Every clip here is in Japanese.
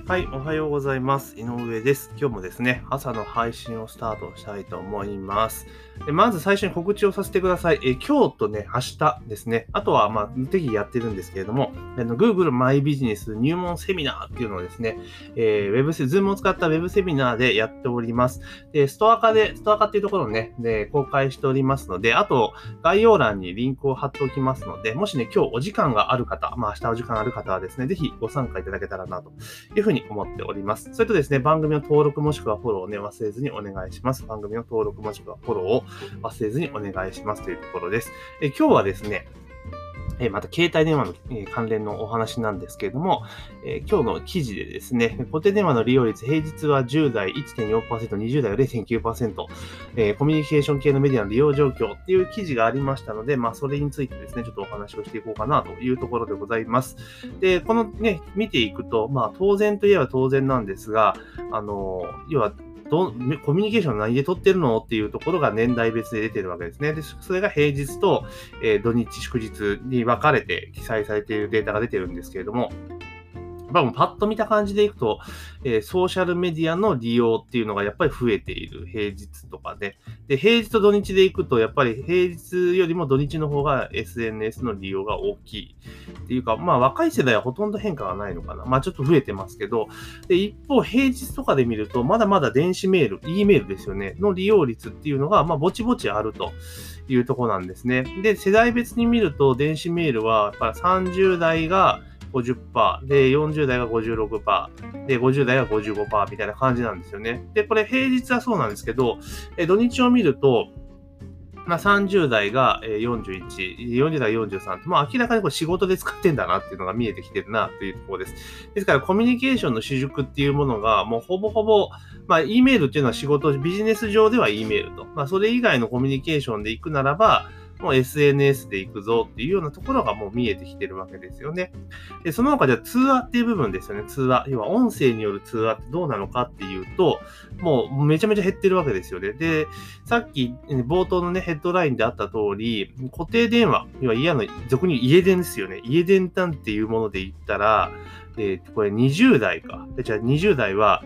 はい、おはようございます。井上です。今日もですね、朝の配信をスタートしたいと思います。まず最初に告知をさせてください。今日とね、明日ですね、あとは適宜やってるんですけれども、Google マイビジネス入門セミナーっていうのをですね、Zoom を使ったウェブセミナーでやっております。ストア化っていうところをね、公開しておりますので、あと、概要欄にリンクを貼っておきますので、もしね、今日お時間がある方、明日お時間ある方はですね、ぜひご参加いただけたらなというふうに思っております。それとですね、番組の登録もしくはフォローをね、忘れずにお願いします。番組の登録もしくはフォローを忘れずにお願いしますというところです。今日はですね、また携帯電話の関連のお話なんですけれども、今日の記事でですね、固定電話の利用率、平日は10代 1.4%、20代は 0.9%、コミュニケーション系のメディアの利用状況っていう記事がありましたので、それについてですね、ちょっとお話をしていこうかなというところでございます。で、このね、見ていくと、当然といえば当然なんですが、要は、コミュニケーション何で取ってるのっていうところが年代別で出てるわけですね。で、それが平日と、土日祝日に分かれて記載されているデータが出てるんですけれども、パッと見た感じでいくと、ソーシャルメディアの利用っていうのがやっぱり増えている。平日とかで。で、平日と土日でいくと、やっぱり平日よりも土日の方が SNS の利用が大きい。っていうか、若い世代はほとんど変化がないのかな。ちょっと増えてますけど、で、一方、平日とかで見ると、まだまだ電子メール、E メールですよね、の利用率っていうのが、ぼちぼちあるというところなんですね。で、世代別に見ると、電子メールは、やっぱり30代が50%、で、40代が56%、で、50代が55%みたいな感じなんですよね。で、これ平日はそうなんですけど、土日を見ると、30代が41、40代43と、明らかにこれ仕事で使ってんだなっていうのが見えてきてるなというところです。ですから、コミュニケーションの主軸っていうものが、もうほぼほぼ、E メールっていうのは仕事、ビジネス上では E メールと。それ以外のコミュニケーションで行くならば、もう SNS で行くぞっていうようなところがもう見えてきてるわけですよね。で、その他では通話っていう部分ですよね。通話。要は音声による通話ってどうなのかっていうと、もうめちゃめちゃ減ってるわけですよね。で、さっき冒頭のね、ヘッドラインであった通り、固定電話、要は俗に家電ですよね。家電なんていうもので言ったら、これ20代か。じゃあ20代は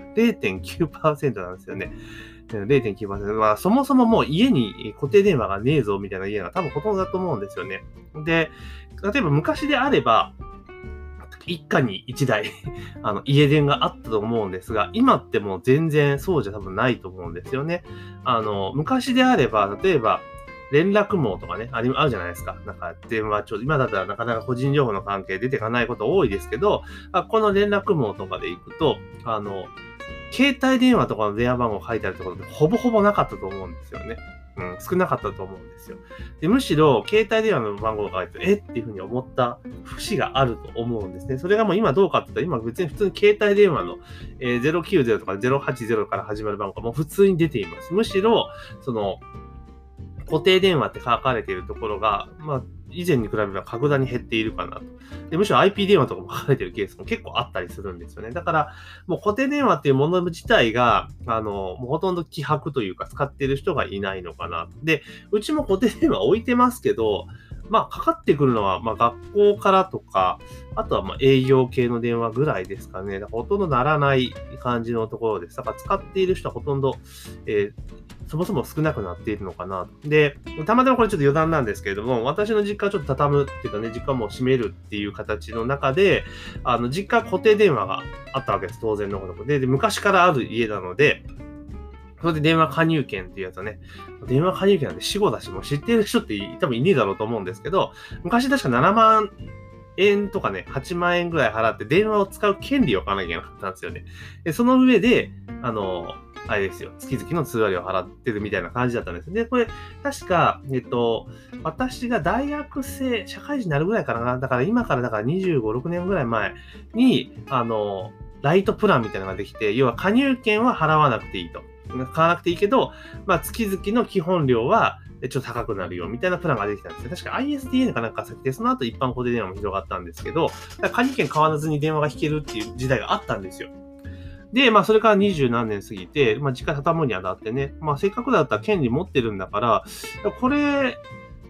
0.9% なんですよね。0.9%。そもそももう家に固定電話がねえぞみたいな家が多分ほとんどだと思うんですよね。で、例えば昔であれば、一家に一台家電があったと思うんですが、今ってもう全然そうじゃ多分ないと思うんですよね。昔であれば、例えば、連絡網とかね、あるじゃないですか。なんか電話今だったらなかなか個人情報の関係出てかないこと多いですけど、この連絡網とかで行くと、携帯電話とかの電話番号書いてあるところってほぼほぼなかったと思うんですよね。少なかったと思うんですよ。で、むしろ、携帯電話の番号が書いてあると、っていうふうに思った節があると思うんですね。それがもう今どうかって言ったら、今別に普通に携帯電話の、090とか080から始まる番号がもう普通に出ています。むしろ、固定電話って書かれているところが、以前に比べれば格段に減っているかなと。で、むしろ IP 電話とかも書かれているケースも結構あったりするんですよね。だから、もう固定電話っていうもの自体が、もうほとんど希薄というか使っている人がいないのかな。で、うちも固定電話置いてますけど、かかってくるのは、学校からとか、あとは営業系の電話ぐらいですかね。だからほとんどならない感じのところです。だから使っている人はほとんど、そもそも少なくなっているのかな。で、たまたまこれちょっと余談なんですけれども、私の実家はちょっと畳むっていうかね、実家も閉めるっていう形の中で、実家固定電話があったわけです。当然のことで。で、昔からある家なので、それで電話加入券っていうやつはね、電話加入券なんて死後だし、もう知ってる人って多分いねえだろうと思うんですけど、昔確か7万円とかね、8万円ぐらい払って電話を使う権利を買わなきゃいけなかったんですよね。で、その上で、あれですよ、月々の通話料を払ってるみたいな感じだったんです。で、これ、確か、私が大学生、社会人になるぐらいかな。だから今から25、6年ぐらい前に、ライトプランみたいなのができて、要は加入券は払わなくていいと。買わなくていいけど、月々の基本料はちょっと高くなるよみたいなプランができたんですね。確か ISDN かなんか先で、その後一般固定電話も広がったんですけど、加入券買わずに電話が引けるっていう時代があったんですよ。で、それから20何年過ぎて、実家畳むにあたってね、せっかくだったら権利持ってるんだから、これ、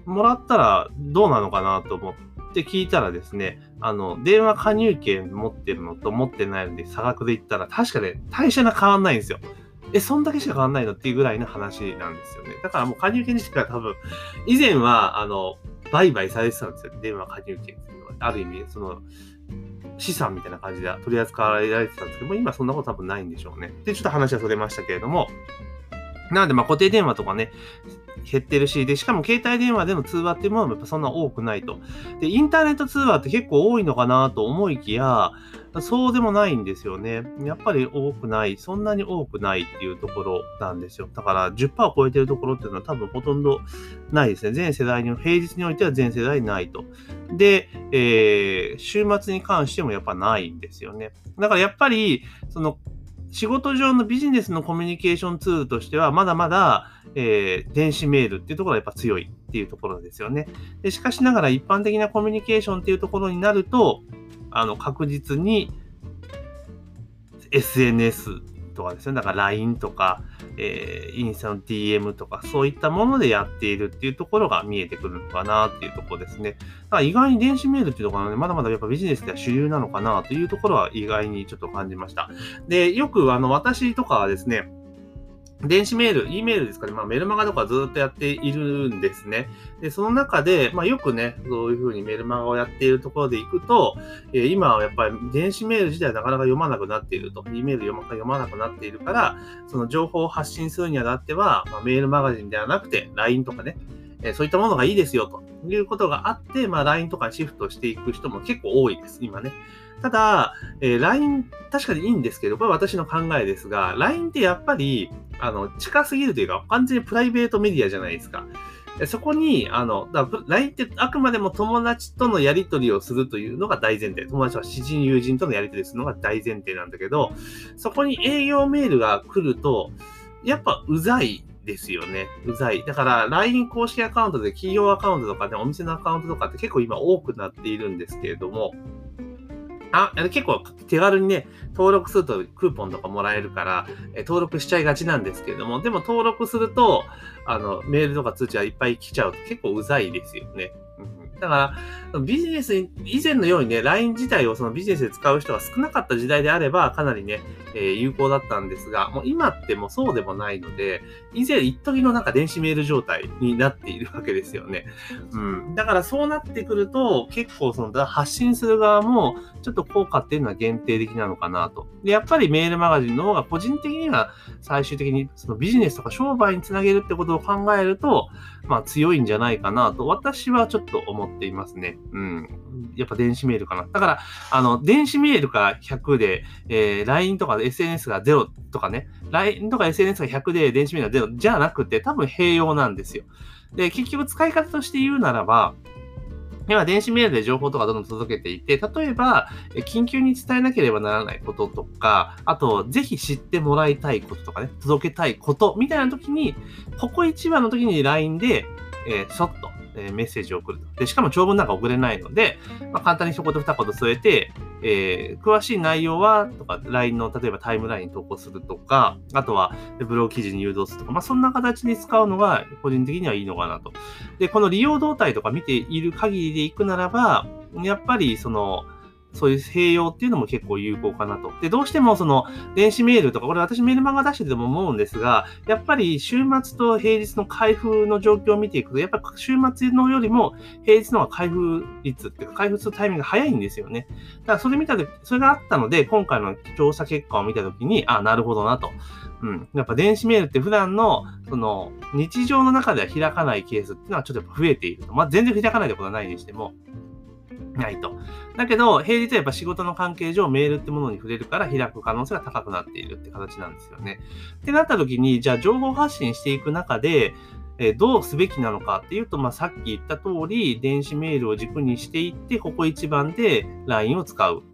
もらったらどうなのかなと思って聞いたらですね、電話加入券持ってるのと持ってないので差額で言ったら確かね、大したな変わんないんですよ。そんだけしか変わんないのっていうぐらいの話なんですよね。だからもう加入券自体は多分、以前は、売買されてたんですよ。電話加入券っていうのは。ある意味、資産みたいな感じで取り扱われてたんですけども、今そんなこと多分ないんでしょうね。で、ちょっと話はそれましたけれども、なので、固定電話とかね、減ってるし、で、しかも携帯電話での通話っていうものもやっぱそんな多くないと。で、インターネット通話って結構多いのかなと思いきや、そうでもないんですよね。やっぱり多くない、そんなに多くないっていうところなんですよ。だから10%を超えてるところっていうのは多分ほとんどないですね。全世代に、平日においては全世代ないと。で、週末に関してもやっぱないんですよね。だからやっぱり、仕事上のビジネスのコミュニケーションツールとしては、まだまだ、電子メールっていうところがやっぱ強いっていうところですよね。で、しかしながら一般的なコミュニケーションっていうところになると、確実に SNS とかですね。だから LINE とか、インスタの DM とか、そういったものでやっているっていうところが見えてくるのかなっていうところですね。だから意外に電子メールっていうところはね、まだまだやっぱビジネスでは主流なのかなというところは意外にちょっと感じました。で、よく私とかはですね、電子メール、E メールですかね。メルマガとかずっとやっているんですね。で、その中で、よくね、そういうふうにメルマガをやっているところでいくと、今はやっぱり電子メール自体はなかなか読まなくなっていると。E メール読まなくなっているから、その情報を発信するにあたっては、メールマガジンではなくて、LINE とかね、そういったものがいいですよ、ということがあって、LINE とかにシフトしていく人も結構多いです、今ね。ただ、LINE 確かにいいんですけど、これは私の考えですが、LINE ってやっぱり、近すぎるというか、完全にプライベートメディアじゃないですか。そこに、LINE ってあくまでも友達とのやり取りをするというのが大前提。友達は知人、友人とのやり取りするのが大前提なんだけど、そこに営業メールが来ると、やっぱうざいですよね。うざい。だから、LINE 公式アカウントで企業アカウントとかね、お店のアカウントとかって結構今多くなっているんですけれども、結構手軽にね、登録するとクーポンとかもらえるから、登録しちゃいがちなんですけれども、でも登録すると、メールとか通知がいっぱい来ちゃうと結構うざいですよね。だから、ビジネスに、以前のようにね、LINE 自体をそのビジネスで使う人が少なかった時代であれば、かなりね、有効だったんですが、もう今ってもうそうでもないので、以前一時の電子メール状態になっているわけですよね。だからそうなってくると、結構発信する側も、ちょっと効果っていうのは限定的なのかなと。で、やっぱりメールマガジンの方が個人的には最終的にそのビジネスとか商売につなげるってことを考えると、強いんじゃないかなと私はちょっと思っていますね。やっぱ電子メールかな。だから、電子メールが100で、LINE とか SNS が0とかね、LINE とか SNS が100で電子メールが0じゃなくて多分併用なんですよ。で、結局使い方として言うならば、今、電子メールで情報とかどんどん届けていて、例えば、緊急に伝えなければならないこととか、あと、ぜひ知ってもらいたいこととかね、届けたいことみたいな時に、ここ一番の時に LINE で、ちょっと、メッセージを送ると。で、しかも長文なんか送れないので、簡単に一言二言添えて、詳しい内容は、とか、LINE の例えばタイムラインに投稿するとか、あとはブログ記事に誘導するとか、そんな形に使うのが個人的にはいいのかなと。で、この利用動態とか見ている限りでいくならば、やっぱりそういう併用っていうのも結構有効かなと。で、どうしても電子メールとか、これ私メールマガ出してても思うんですが、やっぱり週末と平日の開封の状況を見ていくと、やっぱり週末のよりも平日の方が開封率っていうか、開封するタイミングが早いんですよね。だからそれがあったので、今回の調査結果を見たときに、なるほどなと。やっぱ電子メールって普段の、日常の中では開かないケースっていうのはちょっとやっぱ増えていると。全然開かないってことはないにしても、ないと。だけど、平日はやっぱ仕事の関係上メールってものに触れるから開く可能性が高くなっているって形なんですよね。ってなった時に、じゃあ情報発信していく中で、どうすべきなのかっていうと、さっき言った通り、電子メールを軸にしていって、ここ一番で LINE を使う。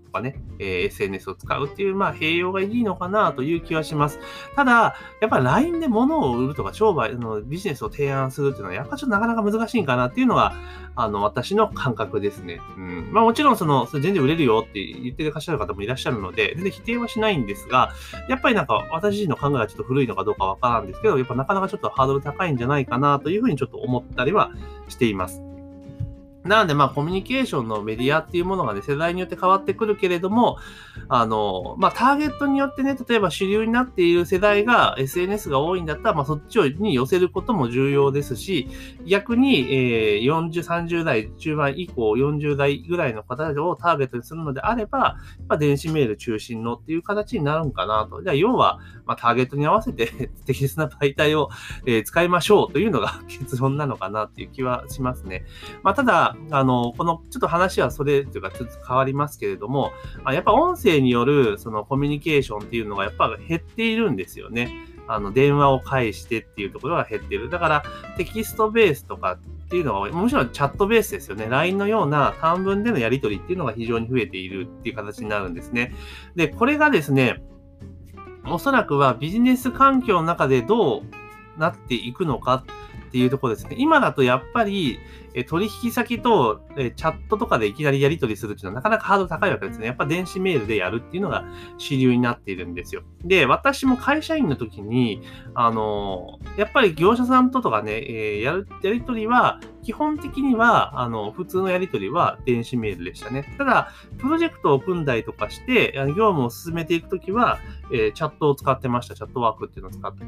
とかね、SNS を使うっていう、併用がいいのかなという気はします。ただ、やっぱり LINE で物を売るとか商売のビジネスを提案するっていうのは、やっぱちょっとなかなか難しいんかなっていうのが、私の感覚ですね。もちろんそれ全然売れるよって言ってらっしゃる方もいらっしゃるので、全然否定はしないんですが、やっぱり私自身の考えがちょっと古いのかどうかわからんですけど、やっぱなかなかちょっとハードル高いんじゃないかなというふうにちょっと思ったりはしています。なので、コミュニケーションのメディアっていうものがね、世代によって変わってくるけれども、ターゲットによってね、例えば主流になっている世代が SNS が多いんだったら、そっちに寄せることも重要ですし、逆に、40、30代中盤以降、40代ぐらいの方をターゲットにするのであれば、電子メール中心のっていう形になるんかなと。じゃあ、要は、ターゲットに合わせて適切な媒体を、使いましょうというのが結論なのかなっていう気はしますね。ただ、この、ちょっと話はそれというか、ちょっと変わりますけれども、やっぱ音声による、コミュニケーションっていうのがやっぱ減っているんですよね。電話を介してっていうところが減っている。だから、テキストベースとかっていうのは、むしろチャットベースですよね。LINE のような短文でのやり取りっていうのが非常に増えているっていう形になるんですね。で、これがですね、おそらくはビジネス環境の中でどうなっていくのかっていうところですね。今だとやっぱり、取引先と、チャットとかでいきなりやり取りするっていうのはなかなかハードル高いわけですね。やっぱ電子メールでやるっていうのが主流になっているんですよ。で、私も会社員の時に、やっぱり業者さんとかね、やり取りは、基本的には、普通のやり取りは電子メールでしたね。ただ、プロジェクトを組んだりとかして、業務を進めていくときは、チャットを使ってました。チャットワークっていうのを使って、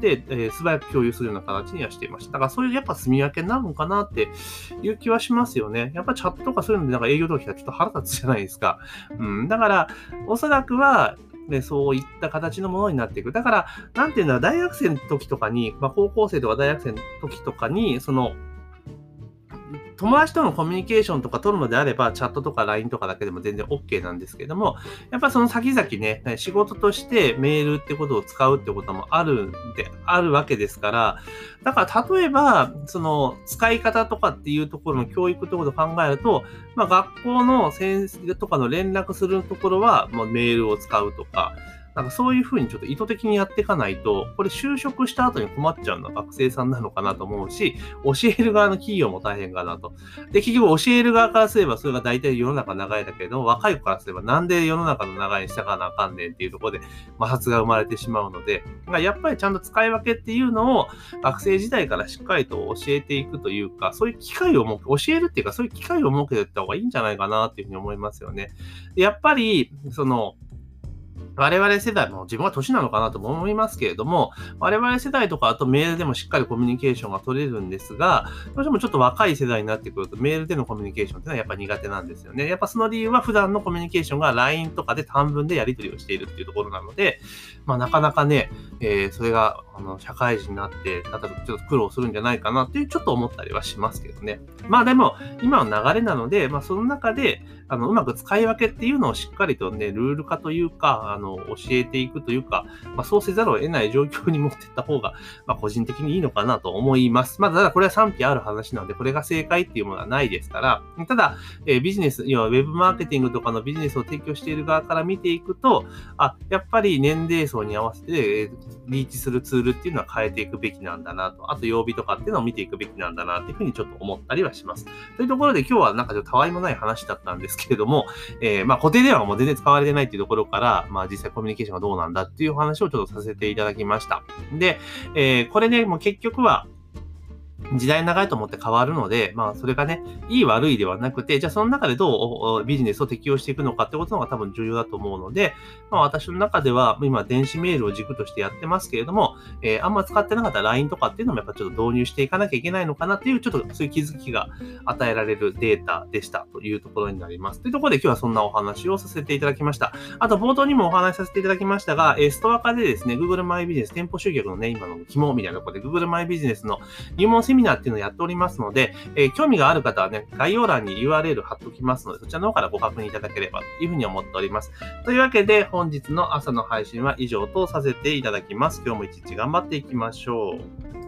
素早く共有するような形にはしていました。だからそういうやっぱ住み分けになるのかなっていう気はしますよね。やっぱチャットとかそういうので営業とか来たらちょっと腹立つじゃないですか。だから、おそらくは、そういった形のものになっていく。だから、なんていうんだろう、大学生の時とかに、高校生とか大学生の時とかに、友達とのコミュニケーションとか取るのであれば、チャットとか LINE とかだけでも全然 OK なんですけども、やっぱその先々ね、仕事としてメールってことを使うってこともあるわけですから、だから例えば、使い方とかっていうところの教育ってことを考えると、学校の先生とかの連絡するところは、メールを使うとか、そういうふうにちょっと意図的にやっていかないと、これ就職した後に困っちゃうのは学生さんなのかなと思うし、教える側の企業も大変かなと。で、結局教える側からすればそれが大体世の中の流れだけれども、若い子からすればなんで世の中の流れにしたかなあかんねんっていうところで摩擦が生まれてしまうので、やっぱりちゃんと使い分けっていうのを学生時代からしっかりと教えていくというか、そういう機会を教えるっていうか、そういう機会を設けていった方がいいんじゃないかなっていうふうに思いますよね。でやっぱり、我々世代も自分は年なのかなとも思いますけれども、我々世代とかあとメールでもしっかりコミュニケーションが取れるんですが、どうしてもちょっと若い世代になってくるとメールでのコミュニケーションっていうのはやっぱ苦手なんですよね。やっぱその理由は普段のコミュニケーションが LINE とかで短文でやり取りをしているっていうところなので、なかなかね、それが社会人になってちょっと苦労するんじゃないかなっていうちょっと思ったりはしますけどね。でも今の流れなので、その中でうまく使い分けっていうのをしっかりとね、ルール化というか、教えていくというか、そうせざるを得ない状況に持っていった方が、個人的にいいのかなと思います。ただこれは賛否ある話なので、これが正解っていうものはないですから、ただ、ビジネス、要はウェブマーケティングとかのビジネスを提供している側から見ていくと、やっぱり年齢層に合わせて、リーチするツールっていうのは変えていくべきなんだなと、あと曜日とかっていうのを見ていくべきなんだなっていうふうにちょっと思ったりはします。というところで今日はちょっとたわいもない話だったんですけれども、固定電話がもう全然使われてないっていうところから、実際コミュニケーションがどうなんだっていうお話をちょっとさせていただきました。で、これね、もう結局は、時代の流れと思って変わるので、それがね、いい悪いではなくて、じゃあその中でどうビジネスを適用していくのかってことの方が多分重要だと思うので、私の中では今電子メールを軸としてやってますけれども、あんま使ってなかった LINE とかっていうのもやっぱちょっと導入していかなきゃいけないのかなっていう、ちょっとそういう気づきが与えられるデータでしたというところになります。というところで今日はそんなお話をさせていただきました。あと冒頭にもお話しさせていただきましたが、ストア化でですね、Google マイビジネス店舗集客のね、今の肝みたいなところで Google マイビジネスの入門セミナーっていうのをやっておりますので、興味がある方はね、概要欄に URL 貼っておきますので、そちらの方からご確認いただければというふうに思っております。というわけで、本日の朝の配信は以上とさせていただきます。今日も一日頑張っていきましょう。